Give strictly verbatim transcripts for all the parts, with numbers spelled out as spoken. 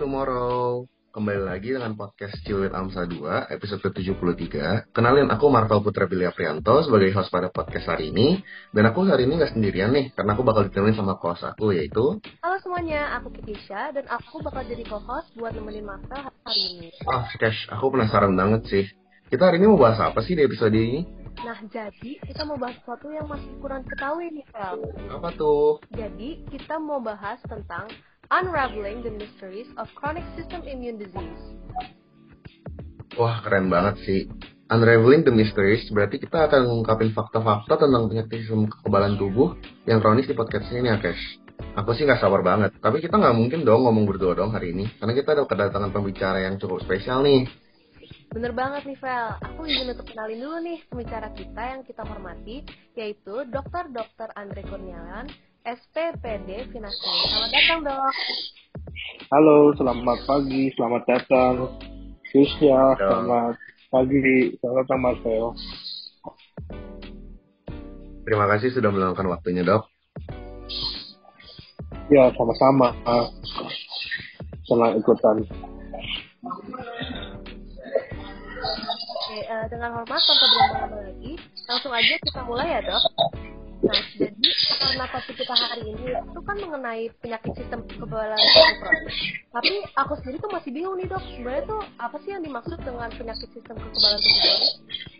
tomorrow. Kembali lagi dengan podcast Chill with Amsa dua, episode ke tujuh puluh tiga. Kenalin, aku Marvel Putra Billy Aprianto sebagai host pada podcast hari ini. Dan aku hari ini gak sendirian nih, karena aku bakal ditemenin sama co-host aku, yaitu... Halo semuanya, aku Kikisha, dan aku bakal jadi co-host buat nemenin Marcel hari ini. Ah, Cash, aku penasaran banget sih. Kita hari ini mau bahas apa sih di episode ini? Nah, jadi kita mau bahas sesuatu yang masih kurang diketahui nih, Fel. Apa tuh? Jadi, kita mau bahas tentang Unraveling the Mysteries of Chronic System Immune Disease. Wah, keren banget sih. Unraveling the Mysteries, berarti kita akan mengungkapin fakta-fakta tentang penyakit sistem kekebalan tubuh yang kronis di podcast ini ya, Cash. Aku sih gak sabar banget, tapi kita gak mungkin dong ngomong berdua dong hari ini, karena kita ada kedatangan pembicara yang cukup spesial nih. Bener banget nih, Fel. Aku izin untuk kenalin dulu nih pembicara kita yang kita hormati, yaitu dokter dokter Andre Kurniawan, S P P D Finasi. Selamat datang, Dok. Halo, selamat pagi, selamat datang. Susya, Dong. selamat pagi, selamat datang Marcel. Terima kasih sudah meluangkan waktunya, Dok. Ya, sama-sama. Senang ikutan. Oke, uh, dengan hormat tanpa berlama-lama lagi, langsung aja kita mulai ya, Dok. Nah, jadi karena topik kita hari ini itu kan mengenai penyakit sistem kekebalan tubuh kronis. Tapi aku sendiri tuh masih bingung nih, Dok. Sebenarnya tuh apa sih yang dimaksud dengan penyakit sistem kekebalan tubuh kronis?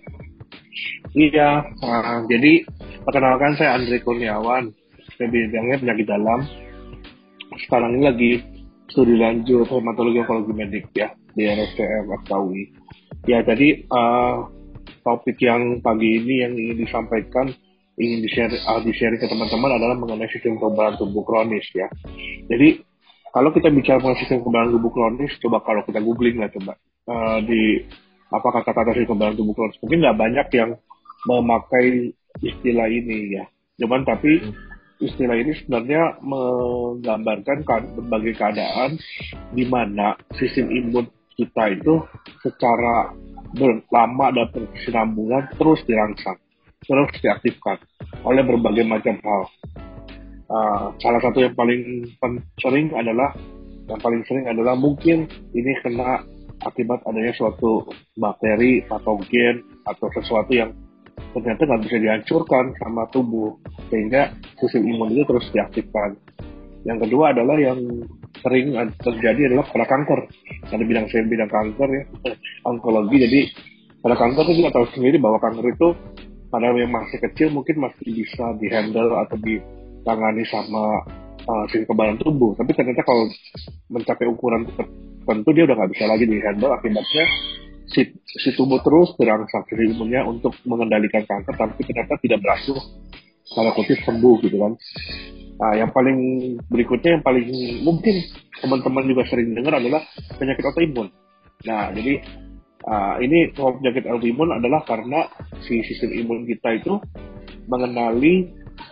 Iya, nah, jadi perkenalkan saya Andre Kurniawan. Saya bidangnya penyakit dalam. Sekarang ini lagi studi lanjut hematologi onkologi medik ya di R S C M F K U I. Ya, jadi uh, topik yang pagi ini yang ingin disampaikan, ingin di-share, uh, di-share ke teman-teman adalah mengenai sistem kekebalan tubuh kronis ya. Jadi kalau kita bicara mengenai sistem kekebalan tubuh kronis, coba kalau kita googling lah coba uh, di apa kata-kata sistem kekebalan tubuh kronis, mungkin nggak banyak yang memakai istilah ini ya. Cuman tapi istilah ini sebenarnya menggambarkan berbagai keadaan di mana sistem imun kita itu secara lama dan berkesinambungan terus dirangsang, terus diaktifkan oleh berbagai macam hal. Uh, salah satu yang paling sering adalah yang paling sering adalah mungkin ini kena akibat adanya suatu bakteri, patogen atau sesuatu yang ternyata nggak bisa dihancurkan sama tubuh sehingga sistem imun itu terus diaktifkan. Yang kedua adalah yang sering terjadi adalah pada kanker. Ada bidang saya bidang kanker ya, onkologi. Jadi pada kanker itu kita tahu sendiri bahwa kanker itu pada yang masih kecil mungkin masih bisa dihandle atau ditangani sama uh, sistem kekebalan tubuh. Tapi ternyata kalau mencapai ukuran tertentu dia udah nggak bisa lagi dihandle, akibatnya si, si tubuh terus berangsang imunnya untuk mengendalikan kanker, tapi ternyata tidak berhasil secara kutip sembuh gitu kan. Nah, yang paling berikutnya yang paling mungkin teman-teman juga sering dengar adalah penyakit autoimun. Nah, jadi uh, ini penyakit autoimun adalah karena si sistem imun kita itu mengenali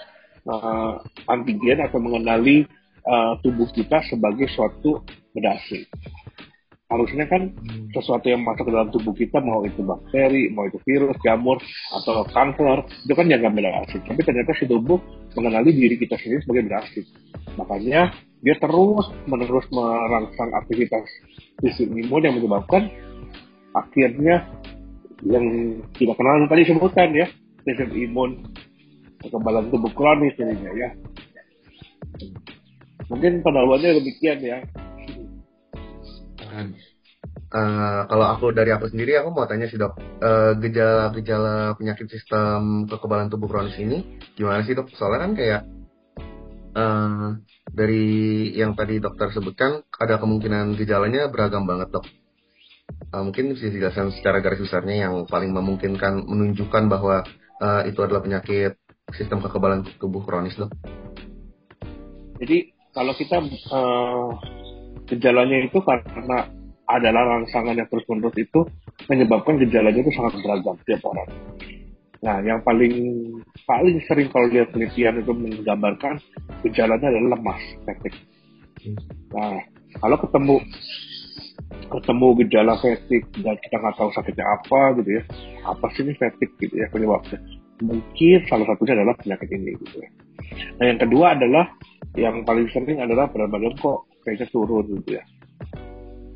uh, antigen atau mengenali uh, tubuh kita sebagai suatu benda asing. Harusnya kan sesuatu yang masuk ke dalam tubuh kita, mau itu bakteri, mau itu virus, jamur, atau kanker, itu kan jangan benda asing. Tapi ternyata si tubuh mengenali diri kita sendiri sebagai benda asing. Makanya dia terus menerus merangsang aktivitas sistem imun yang menyebabkan akhirnya yang tidak kenal yang tadi sebutkan ya, sistem imun kekebalan tubuh kronis jadinya ya. Mungkin pendahuluannya demikian ya. Uh, kalau aku dari aku sendiri, aku mau tanya sih dok, uh, gejala-gejala penyakit sistem kekebalan tubuh kronis ini gimana sih dok? Soalnya kan kayak uh, dari yang tadi dokter sebutkan ada kemungkinan gejalanya beragam banget dok. Uh, mungkin bisa dijelaskan secara garis besarnya yang paling memungkinkan menunjukkan bahwa uh, itu adalah penyakit sistem kekebalan tubuh kronis dok. Jadi kalau kita uh, gejalanya itu karena adalah rangsangan yang terus-menerus itu menyebabkan gejalanya itu sangat beragam tiap orang. Nah, yang paling paling sering kalau lihat penelitian itu menggambarkan gejalanya adalah lemas, fatigue. Nah, kalau ketemu ketemu gejala fatigue dan kita nggak tahu sakitnya apa gitu ya, apa sih ini fatigue gitu ya penyebabnya? Mungkin salah satunya adalah penyakit ini gitu ya. Nah, yang kedua adalah yang paling sering adalah berat badan kok kayaknya turun gitu ya.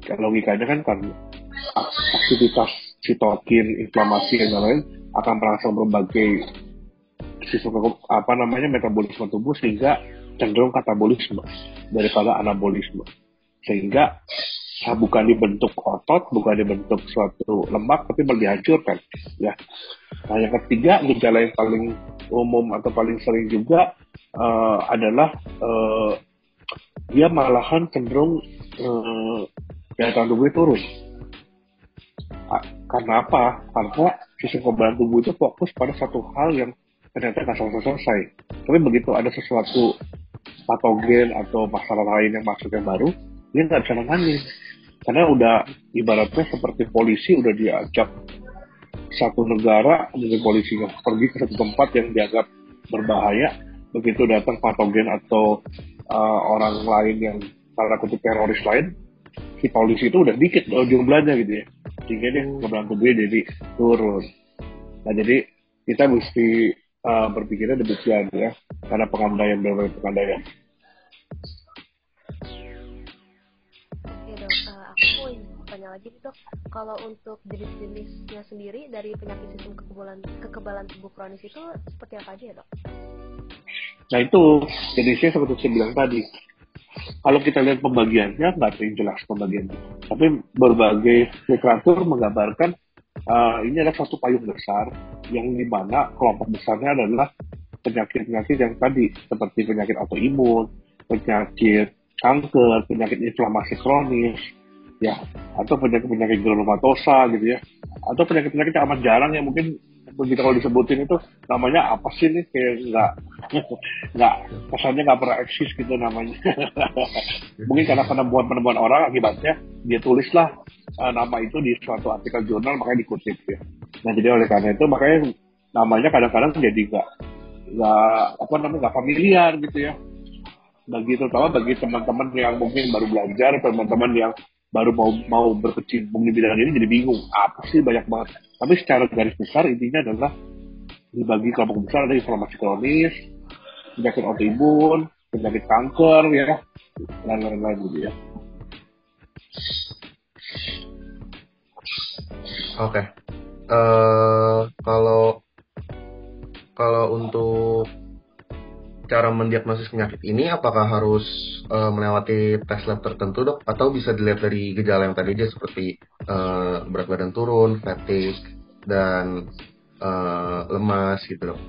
logikanya kan kan aktivitas sitokin, inflamasi dan lain-lain akan merangsang berbagai sistem apa namanya metabolisme tubuh sehingga cenderung katabolisme daripada anabolisme, sehingga bukan dibentuk otot, bukan dibentuk suatu lemak, tapi malah dihancurkan. Ya. Nah, yang ketiga, gejala yang paling umum atau paling sering juga uh, adalah uh, dia malahan cenderung uh, daya tahan tubuhnya turun. Karena apa? Karena sistem kekebalan tubuh itu fokus pada satu hal yang ternyata nggak selesai-selesai. Tapi begitu ada sesuatu patogen atau masalah lain yang masuk yang baru, dia nggak bisa nanganin. Karena udah ibaratnya seperti polisi udah diajak satu negara dengan polisinya pergi ke satu tempat yang dianggap berbahaya, begitu datang patogen atau uh, orang lain yang tanda kutip teroris lain, si polisi itu udah dikit oh, jumlahnya gitu ya, sehingga dia kekebalan tubuhnya jadi turun. Nah jadi kita mesti uh, berpikirnya demikian ya, karena pengandaian berbagai pengandaian. Oke dok, uh, aku mau tanya lagi dok, kalau untuk jenis-jenisnya sendiri dari penyakit sistem kekebalan kekebalan tubuh kronis itu seperti apa aja ya dok? Nah itu jenisnya seperti saya bilang tadi. Kalau kita lihat pembagiannya nggak ada yang jelas pembagiannya, tapi berbagai literatur menggambarkan uh, ini adalah satu payung besar yang dimana kelompok besarnya adalah penyakit-penyakit yang tadi seperti penyakit autoimun, penyakit kanker, penyakit inflamasi kronis, ya, atau penyakit-penyakit granulomatosa gitu ya, atau penyakit-penyakit yang amat jarang yang mungkin begitu kalau disebutin itu namanya apa sih nih, kayak nggak nggak kesannya nggak pernah eksis gitu namanya. Mungkin karena penemuan-penemuan orang akibatnya dia tulislah uh, nama itu di suatu artikel jurnal makanya dikutip ya. Nah jadi oleh karena itu makanya namanya kadang-kadang jadi nggak nggak apa namanya nggak familiar gitu ya, bagi terutama bagi teman-teman yang mungkin baru belajar, teman-teman yang baru mau mau berkecimpung di bidang ini jadi bingung apa sih, banyak banget. Tapi secara garis besar intinya adalah dibagi kelompok besar, ada inflamasi kronis, penyakit autoimun, penyakit kanker ya, dan lain-lain gitu ya. Oke, okay. uh, kalau kalau untuk cara mendiagnosis penyakit ini, apakah harus uh, melewati tes lab tertentu dok, atau bisa dilihat dari gejala yang tadi aja seperti uh, berat badan turun, fatigue, dan uh, lemas gitu dok?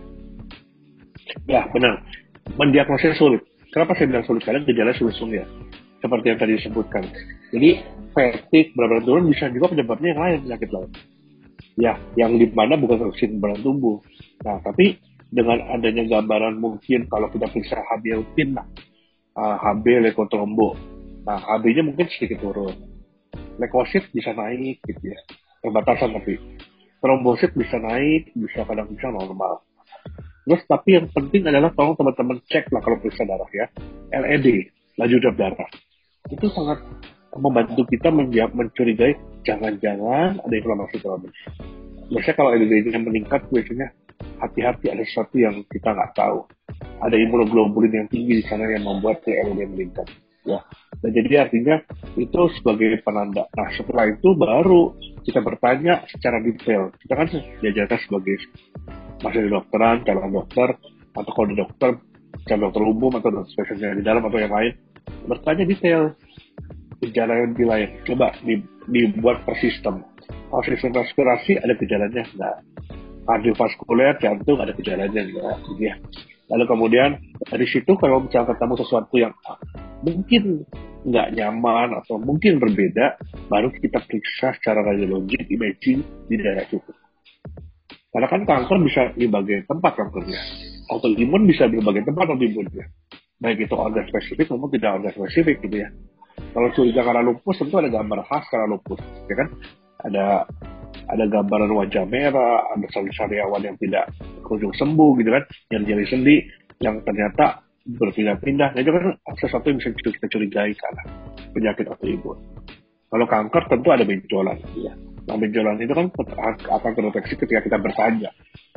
Ya benar, mendiagnosis sulit. Kenapa saya bilang sulit? Karena gejala sulit-sulit ya, seperti yang tadi disebutkan. Jadi fatigue, berat badan turun bisa juga penyebabnya yang lain, penyakit lain. Ya, yang dimana bukan vaksin kekebalan tubuh. Nah, tapi dengan adanya gambaran mungkin kalau kita periksa H B rutin, nah, uh, H B leukotrombo. Nah, H B-nya mungkin sedikit turun. Leukosit bisa naik gitu ya. Perbatasan tapi. Trombosit bisa naik, bisa kadang bisa normal. Terus tapi yang penting adalah tolong teman-teman cek lah kalau periksa darah ya. L E D, laju darah. Itu sangat membantu kita menjawab, mencurigai jangan-jangan ada inflamasi kronis. Biasanya kalau L E D-nya meningkat, biasanya hati-hati ada sesuatu yang kita nggak tahu. Ada imunoglobulin yang tinggi di sana yang membuat L E D meningkat. Ya. Nah, jadi artinya itu sebagai penanda. Nah, setelah itu baru kita bertanya secara detail. Kita kan diajarkan sebagai masih di dokteran, calon dokter, atau kalau di dokter, calon dokter umum atau dokter spesialis yang di dalam atau yang lain, bertanya detail gejala yang di lain. Coba dibuat per sistem. Kalau sistem respirasi ada gejalanya enggak, kardiovaskuler jantung ada gejalanya enggak, gitu ya. Lalu kemudian dari situ kalau misalnya ketemu sesuatu yang mungkin nggak nyaman atau mungkin berbeda, baru kita periksa secara radiologik, imaging di daerah situ. Karena kan kanker bisa di bagian tempat kankernya, autoimun bisa di bagian tempat autoimunnya, baik itu organ spesifik maupun tidak organ spesifik gitu ya. Kalau curiga karena lupus tentu ada gambar khas karena lupus, ya kan? Ada ada gambaran wajah merah, ada sari-sariawan yang tidak kunjung sembuh gitu kan, nyeri-nyeri sendi yang ternyata berpindah-pindah. Nah, itu kan sesuatu yang bisa kita curigai karena penyakit autoimun. Kalau kanker tentu ada benjolan gitu ya. Nah, benjolan itu kan akan terdeteksi ketika kita bertanya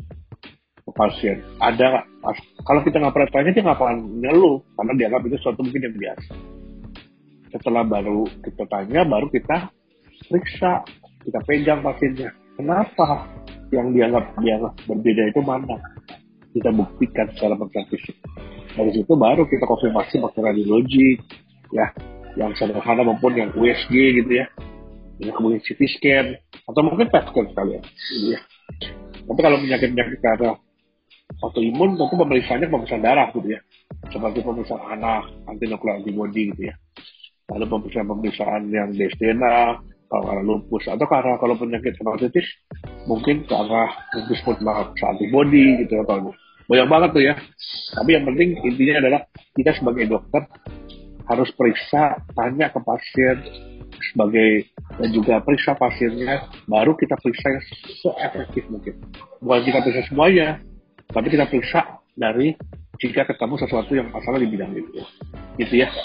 ke pasien. Ada, kalau kita nggak pernah tanya, dia nggak akan ngeluh karena dianggap itu sesuatu mungkin yang biasa. Setelah baru kita tanya, baru kita periksa, kita pegang pasiennya. Kenapa yang dianggap dianggap berbeda itu mana? Kita buktikan secara bentuk fisik. Dari situ baru kita konfirmasi pakai radiologi, ya, yang sederhana maupun yang U S G gitu ya, yang kemudian C T scan atau mungkin P E T scan sekalian. Gitu ya. Tapi kalau penyakit-penyakit karena autoimun, tentu pemeriksaannya pemeriksaan darah gitu ya, seperti pemeriksaan anak, antinuklear antibody gitu ya. Lalu pemeriksaan-pemeriksaan yang D S D N A, kalau karena lupus, atau karena kalau penyakit hepatitis, mungkin ke arah lupus pemeriksaan antibody gitu ya. Banyak banget tuh ya. Tapi yang penting intinya adalah kita sebagai dokter harus periksa, tanya ke pasien sebagai dan juga periksa pasiennya, baru kita periksa yang seefektif mungkin. Bukan kita periksa semuanya, tapi kita periksa dari jika ketemu sesuatu yang masalah di bidang itu. Gitu ya.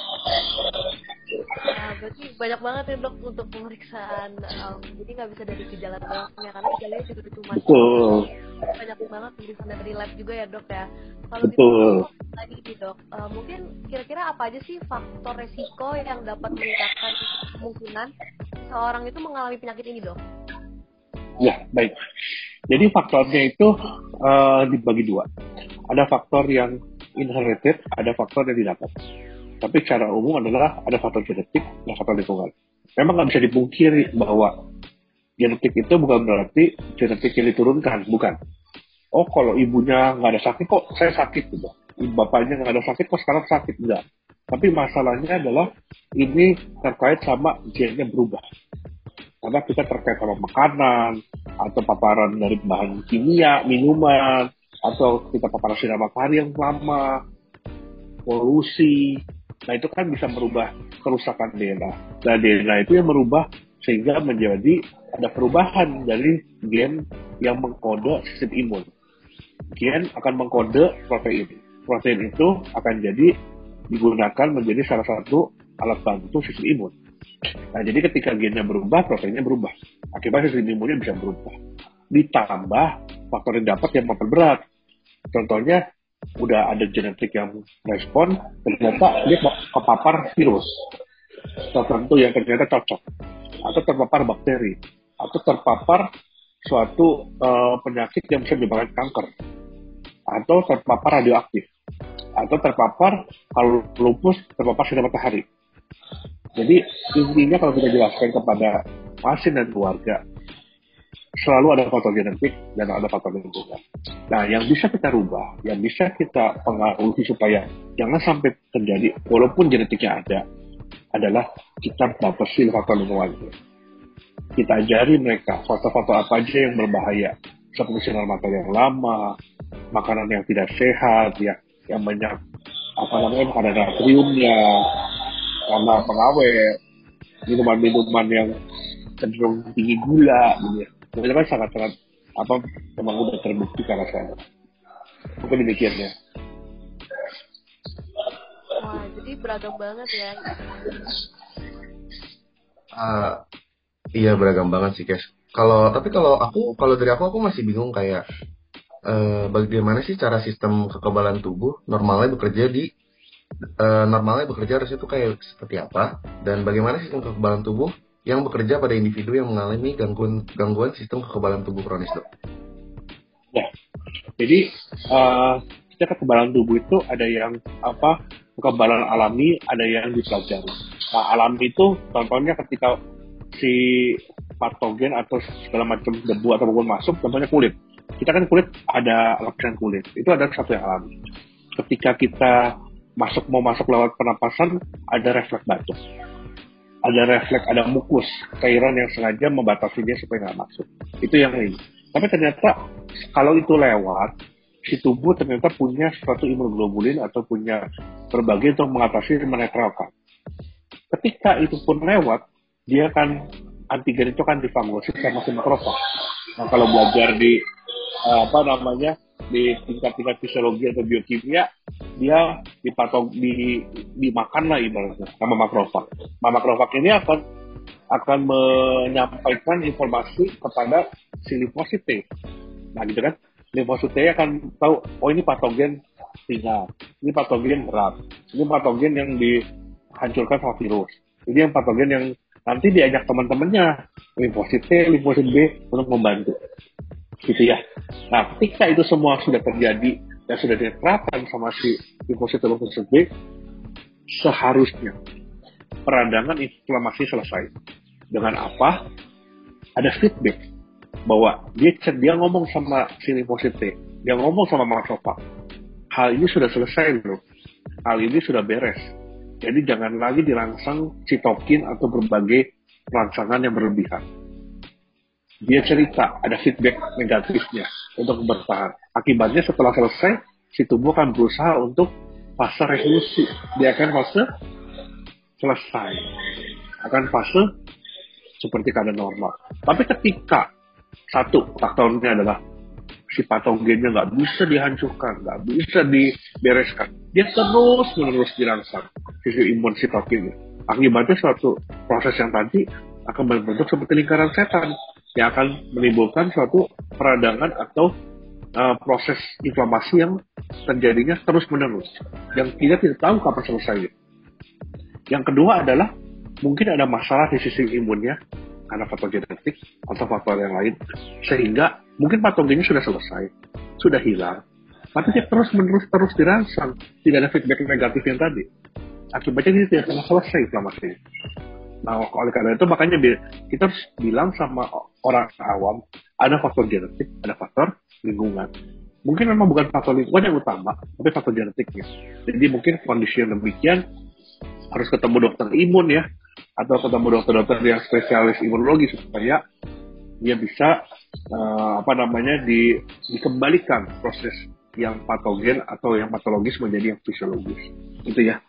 Nah, berarti banyak banget ya dok untuk pemeriksaan. Um, jadi nggak bisa dari gejala doang ya, karena gejalanya juga cuma Betul. banyak banget pemeriksaan dari lab juga ya dok ya. Kalau gitu Betul. lagi nih dok, uh, mungkin kira-kira apa aja sih faktor resiko yang dapat meningkatkan kemungkinan seorang itu mengalami penyakit ini dok? Ya, baik. Jadi faktornya itu uh, dibagi dua. Ada faktor yang inherited, ada faktor yang didapat. Tapi secara umum adalah ada faktor genetik dan faktor lingkungan. Memang nggak bisa dipungkiri bahwa genetik itu bukan berarti genetik yang diturunkan, bukan. Oh, kalau ibunya nggak ada sakit kok saya sakit gitu. Ibu bapaknya nggak ada sakit kok sekarang sakit, enggak. Tapi masalahnya adalah ini terkait sama gennya berubah. Karena kita terkait sama makanan atau paparan dari bahan kimia, minuman, atau kita paparan sinar matahari yang lama, polusi. Nah itu kan bisa merubah kerusakan D N A. Nah D N A itu yang merubah sehingga menjadi ada perubahan dari gen yang mengkode sistem imun. Gen akan mengkode protein. Protein itu akan jadi digunakan menjadi salah satu alat bantu sistem imun. Nah jadi ketika gennya berubah, proteinnya berubah. Akibatnya sistem imunnya bisa berubah. Ditambah faktor yang dapat yang memperberat. Contohnya udah ada genetik yang respon, ternyata dia kepapar virus tertentu yang ternyata cocok, atau terpapar bakteri, atau terpapar suatu uh, penyakit yang bisa menyebabkan kanker, atau terpapar radioaktif, atau terpapar kalau lupus terpapar sinar matahari. Jadi intinya kalau kita jelaskan kepada pasien dan keluarga, selalu ada faktor genetik dan ada faktor lingkungan. Nah, yang bisa kita rubah, yang bisa kita pengaruhi supaya jangan sampai terjadi, walaupun genetiknya ada, adalah kita batasi faktor lingkungan. Kita ajari mereka faktor-faktor apa aja yang berbahaya, seperti sinar matahari yang lama, makanan yang tidak sehat, ya, yang banyak apa namanya makanan natriumnya, karena pengawet, minuman-minuman yang cenderung tinggi gula, gitu ya. Itu kan sangat-sangat apa memang udah terbukti karena saya. Mungkin demikiannya. Wah, jadi beragam banget ya. Uh, iya beragam banget sih guys. Kalau tapi kalau aku kalau dari aku aku masih bingung kayak uh, bagaimana sih cara sistem kekebalan tubuh normalnya bekerja di uh, normalnya bekerja harusnya itu kayak seperti apa, dan bagaimana sistem kekebalan tubuh yang bekerja pada individu yang mengalami gangguan gangguan sistem kekebalan tubuh kronis dok. Ya, jadi uh, kita kekebalan tubuh itu ada yang apa kekebalan alami, ada yang dipelajari. Nah, alami itu contohnya ketika si patogen atau segala macam debu atau apapun masuk, contohnya kulit. Kita kan kulit ada lapisan kulit, itu ada satu yang alami. Ketika kita masuk mau masuk lewat pernapasan, ada refleks batuk. Ada refleks, ada mukus, cairan yang sengaja membatasi dia supaya nggak masuk. Itu yang ini. Tapi ternyata kalau itu lewat, si tubuh ternyata punya suatu imunoglobulin atau punya berbagai untuk mengatasi dan menetralkan. Ketika itu pun lewat, dia kan antigen itu kan difagosit sama si makrofag. Nah kalau belajar di apa namanya di tingkat-tingkat fisiologi atau biokimia, dia dipatog di dimakan lah ibaratnya sama makrofag. Nah, makrofag ini akan akan menyampaikan informasi kepada si limfosit T. Nah gitu kan, limfosit T akan tahu oh ini patogen ringan, ini patogen berat, ini patogen yang dihancurkan sama virus. Ini yang patogen yang nanti diajak teman-temannya, limfosit T, limfosit B untuk membantu. Gitu ya. Nah, ketika itu semua sudah terjadi dan sudah diterapkan sama si limfosit T, limfosit B, seharusnya peradangan inflamasi selesai. Dengan apa? Ada feedback bahwa dia dia ngomong sama si limfosit T, dia ngomong sama makrofag. Hal ini sudah selesai loh. Hal ini sudah beres. Jadi jangan lagi dirangsang sitokin atau berbagai rangsangan yang berlebihan. Dia cerita, ada feedback negatifnya untuk bertahan. Akibatnya setelah selesai, si tubuh akan berusaha untuk fase resolusi. Dia akan fase selesai. Akan fase seperti keadaan normal. Tapi ketika satu faktornya adalah si patogennya nggak bisa dihancurkan, nggak bisa dibereskan, dia terus menerus dirangsang sisi imun sitokinnya. Akibatnya suatu proses yang tadi akan berbentuk seperti lingkaran setan yang akan menimbulkan suatu peradangan atau uh, proses inflamasi yang terjadinya terus menerus, yang kita tidak tahu kapan selesainya. Yang kedua adalah mungkin ada masalah di sisi imunnya karena faktor genetik atau faktor yang lain, sehingga mungkin patogennya sudah selesai, sudah hilang, tapi dia terus menerus terus dirangsang, tidak ada feedback negatif yang tadi. Akibatnya dia tidak pernah selesai inflamasinya. Nah, oleh karena itu makanya kita harus bilang sama orang awam, ada faktor genetik, ada faktor lingkungan. Mungkin memang bukan faktor lingkungan yang utama, tapi faktor genetiknya. Jadi mungkin kondisi yang demikian harus ketemu dokter imun ya, atau ketemu dokter-dokter yang spesialis imunologi supaya dia bisa uh, apa namanya di, dikembalikan proses yang patogen atau yang patologis menjadi yang fisiologis. Itu ya.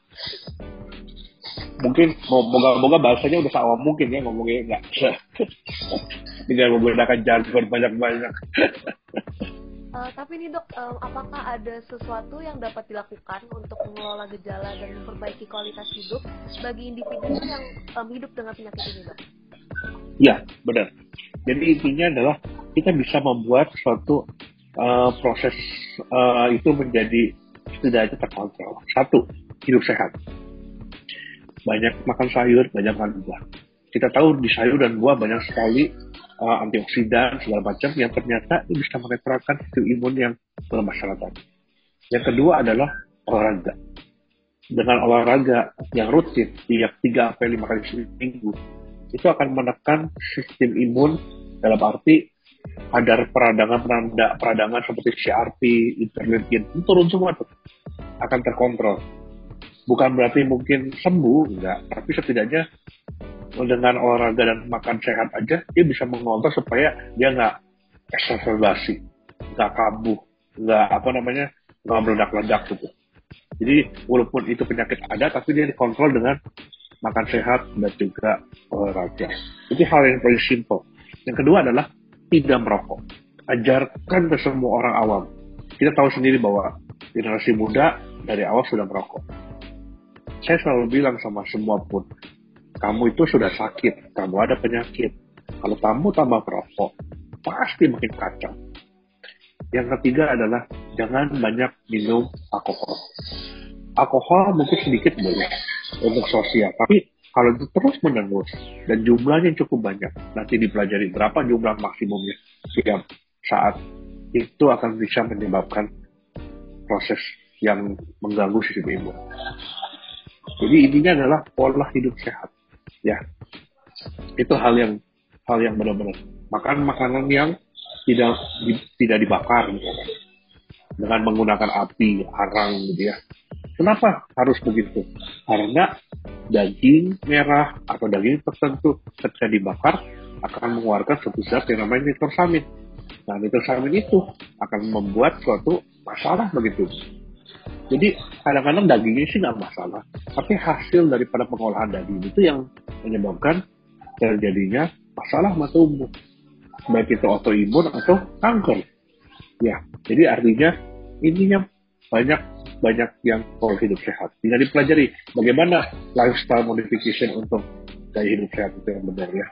Mungkin moga-moga bahasanya udah sama mungkin ya ngomongnya nggak dengan menggunakan jargon banyak-banyak. Uh, tapi nih dok, um, apakah ada sesuatu yang dapat dilakukan untuk mengelola gejala dan memperbaiki kualitas hidup bagi individu yang um, hidup dengan penyakit ini dok? Ya, benar. Jadi intinya adalah kita bisa membuat suatu uh, proses uh, itu menjadi setidaknya terkontrol. Satu, hidup sehat. Banyak makan sayur, banyak makan buah. Kita tahu di sayur dan buah banyak sekali uh, antioksidan segala macam yang ternyata bisa menetralkan sistem imun yang bermasalah tadi. Yang kedua adalah olahraga. Dengan olahraga yang rutin tiap tiga sampai lima kali seminggu, itu akan menekan sistem imun dalam arti kadar peradangan peradangan seperti C R P, interleukin itu turun semua tuh, akan terkontrol. Bukan berarti mungkin sembuh, enggak, tapi setidaknya dengan olahraga dan makan sehat aja dia bisa mengontrol supaya dia nggak exacerbasi, nggak kambuh, nggak apa namanya nggak meledak-ledak gitu. Jadi walaupun itu penyakit ada, tapi dia dikontrol dengan makan sehat dan juga olahraga. Itu hal yang paling simple. Yang kedua adalah tidak merokok. Ajarkan ke semua orang awam. Kita tahu sendiri bahwa generasi muda dari awal sudah merokok. Saya selalu bilang sama semua pun, kamu itu sudah sakit, kamu ada penyakit. Kalau kamu tambah merokok, pasti makin kacau. Yang ketiga adalah jangan banyak minum alkohol. Alkohol mungkin sedikit boleh untuk sosial, tapi kalau itu terus menerus dan jumlahnya cukup banyak, nanti dipelajari berapa jumlah maksimumnya setiap saat, itu akan bisa menyebabkan proses yang mengganggu sistem imun. Jadi intinya adalah pola hidup sehat, ya. Itu hal yang hal yang benar-benar makan makanan yang tidak di, tidak dibakar, gitu, dengan menggunakan api, arang, gitu ya. Kenapa harus begitu? Karena daging merah atau daging tertentu ketika dibakar akan mengeluarkan suatu zat yang namanya nitrosamin. Nah, nitrosamin itu akan membuat suatu masalah begitu. Jadi kadang-kadang dagingnya sih nggak masalah, tapi hasil daripada pengolahan daging itu yang menyebabkan terjadinya masalah sama tubuh, baik itu autoimun atau kanker. Ya, jadi artinya intinya banyak banyak yang pola hidup sehat. Tinggal dipelajari bagaimana lifestyle modification untuk gaya hidup sehat itu yang benar ya.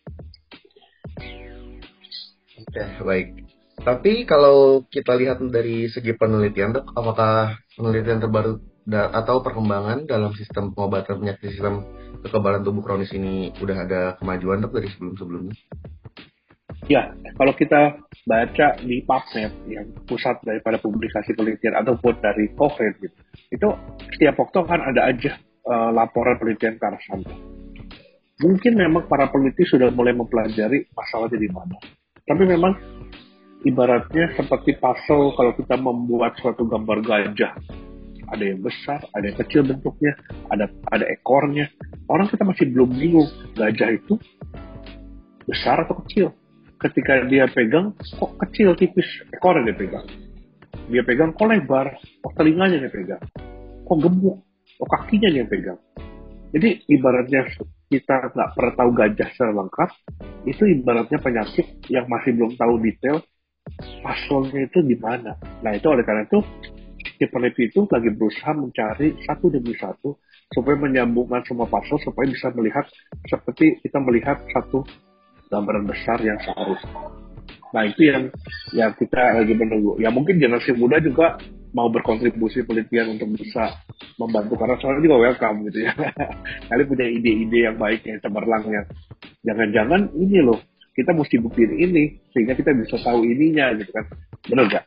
Oke, baik. Tapi kalau kita lihat dari segi penelitian, dok, apakah penelitian terbaru da- atau perkembangan dalam sistem pengobatan penyakit sistem kekebalan tubuh kronis ini udah ada kemajuan dok dari sebelum-sebelumnya? Ya, kalau kita baca di PubMed yang pusat daripada publikasi penelitian ataupun dari COVID gitu, itu setiap waktu kan ada aja uh, laporan penelitian ke arah sana. Mungkin memang para peneliti sudah mulai mempelajari masalahnya di mana. Tapi memang ibaratnya seperti puzzle kalau kita membuat suatu gambar gajah. Ada yang besar, ada yang kecil bentuknya, ada ada ekornya. Orang kita masih belum bingung gajah itu besar atau kecil. Ketika dia pegang, kok kecil tipis ekornya dia pegang. Dia pegang kok lebar, kok telinganya dia pegang. Kok gemuk, kok kakinya dia pegang. Jadi ibaratnya kita nggak pernah tahu gajah secara lengkap, itu ibaratnya penyakit yang masih belum tahu detail pasalnya itu di mana. Nah itu oleh karena itu si peneliti itu lagi berusaha mencari satu demi satu supaya menyambungkan semua pasal supaya bisa melihat seperti kita melihat satu gambaran besar yang seharusnya. Nah itu yang yang kita lagi menunggu. Ya mungkin generasi muda juga mau berkontribusi penelitian untuk bisa membantu karena soalnya juga welcome gitu ya. Kalian punya ide-ide yang baik yang cemerlang yang jangan-jangan ini loh kita mesti buktiin ini sehingga kita bisa tahu ininya gitu kan. Benar nggak?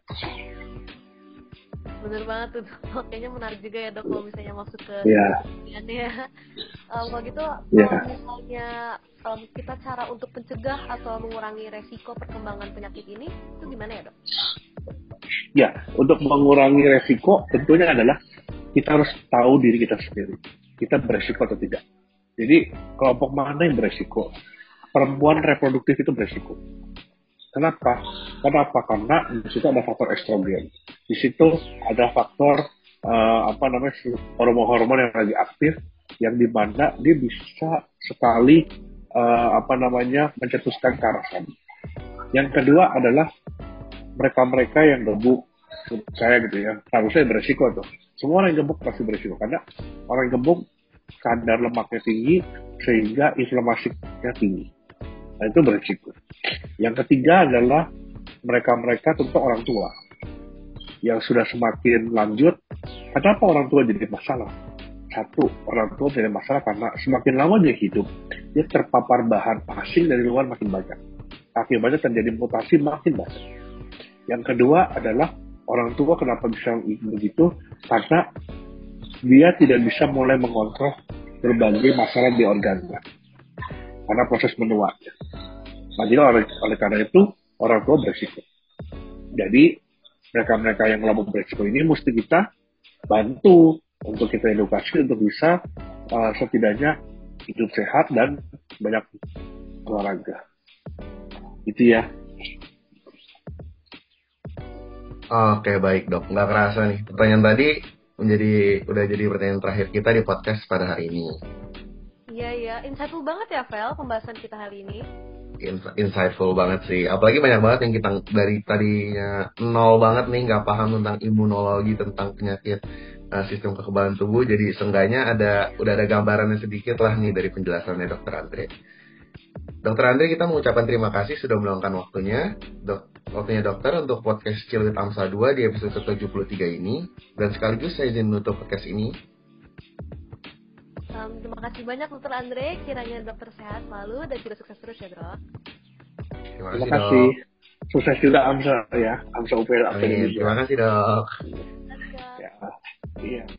Bener banget tuh dok. Kayaknya menarik juga ya dok kalau misalnya masuk ke Ya, penelitiannya. Um, kalau gitu ya. kalau misalnya um, kita cara untuk mencegah atau mengurangi resiko perkembangan penyakit ini itu gimana ya dok? Ya, untuk mengurangi resiko tentunya adalah kita harus tahu diri kita sendiri. Kita beresiko atau tidak. Jadi kelompok mana yang beresiko? Perempuan reproduktif itu beresiko. Kenapa? Kenapa? Karena di situ ada faktor estrogen. Di situ ada faktor uh, apa namanya hormon-hormon yang lagi aktif, yang dimana dia bisa sekali uh, apa namanya mencetuskan kekerasan. Yang kedua adalah mereka-mereka yang gebuk, saya gitu ya, harusnya beresiko tuh. Semua orang yang gebuk pasti beresiko karena orang yang gebuk kadar lemaknya tinggi sehingga inflamasinya tinggi. Nah itu beresiko. Yang ketiga adalah mereka-mereka tentu orang tua yang sudah semakin lanjut. Kenapa orang tua jadi masalah? Satu, orang tua jadi masalah karena semakin lama dia hidup, dia terpapar bahan asing dari luar makin banyak. Akibatnya terjadi mutasi makin banyak. Yang kedua adalah orang tua kenapa bisa begitu? Karena dia tidak bisa mulai mengontrol berbagai masalah di organnya karena proses menuanya. Nah, jadi oleh, oleh karena itu orang tua beresiko. Jadi mereka-mereka yang melakukan beresiko ini mesti kita bantu untuk kita edukasi untuk bisa uh, setidaknya hidup sehat dan banyak olahraga. Itu ya. Oke baik dok, nggak kerasa nih pertanyaan tadi menjadi udah jadi pertanyaan terakhir kita di podcast pada hari ini. Iya iya, insightful banget ya Vel pembahasan kita hari ini. Insightful banget sih, apalagi banyak banget yang kita dari tadinya nol banget nih nggak paham tentang imunologi, tentang penyakit uh, sistem kekebalan tubuh, jadi seenggaknya ada udah ada gambarannya sedikit lah nih dari penjelasannya dokter Andre. Dokter Andre, kita mengucapkan terima kasih sudah meluangkan waktunya dok, waktunya dokter untuk podcast Chill with Amsa dua di episode ke tujuh puluh tiga ini, dan sekaligus saya izin menutup podcast ini. Um, terima kasih banyak dokter Andre, kiranya dokter sehat selalu dan juga sukses terus ya dok. Terima kasih Terima dok. kasih. Sukses juga Amsa ya, Amsa U P L Amin. Indonesia. Terima kasih dok. Terima kasih dok. Ya, iya.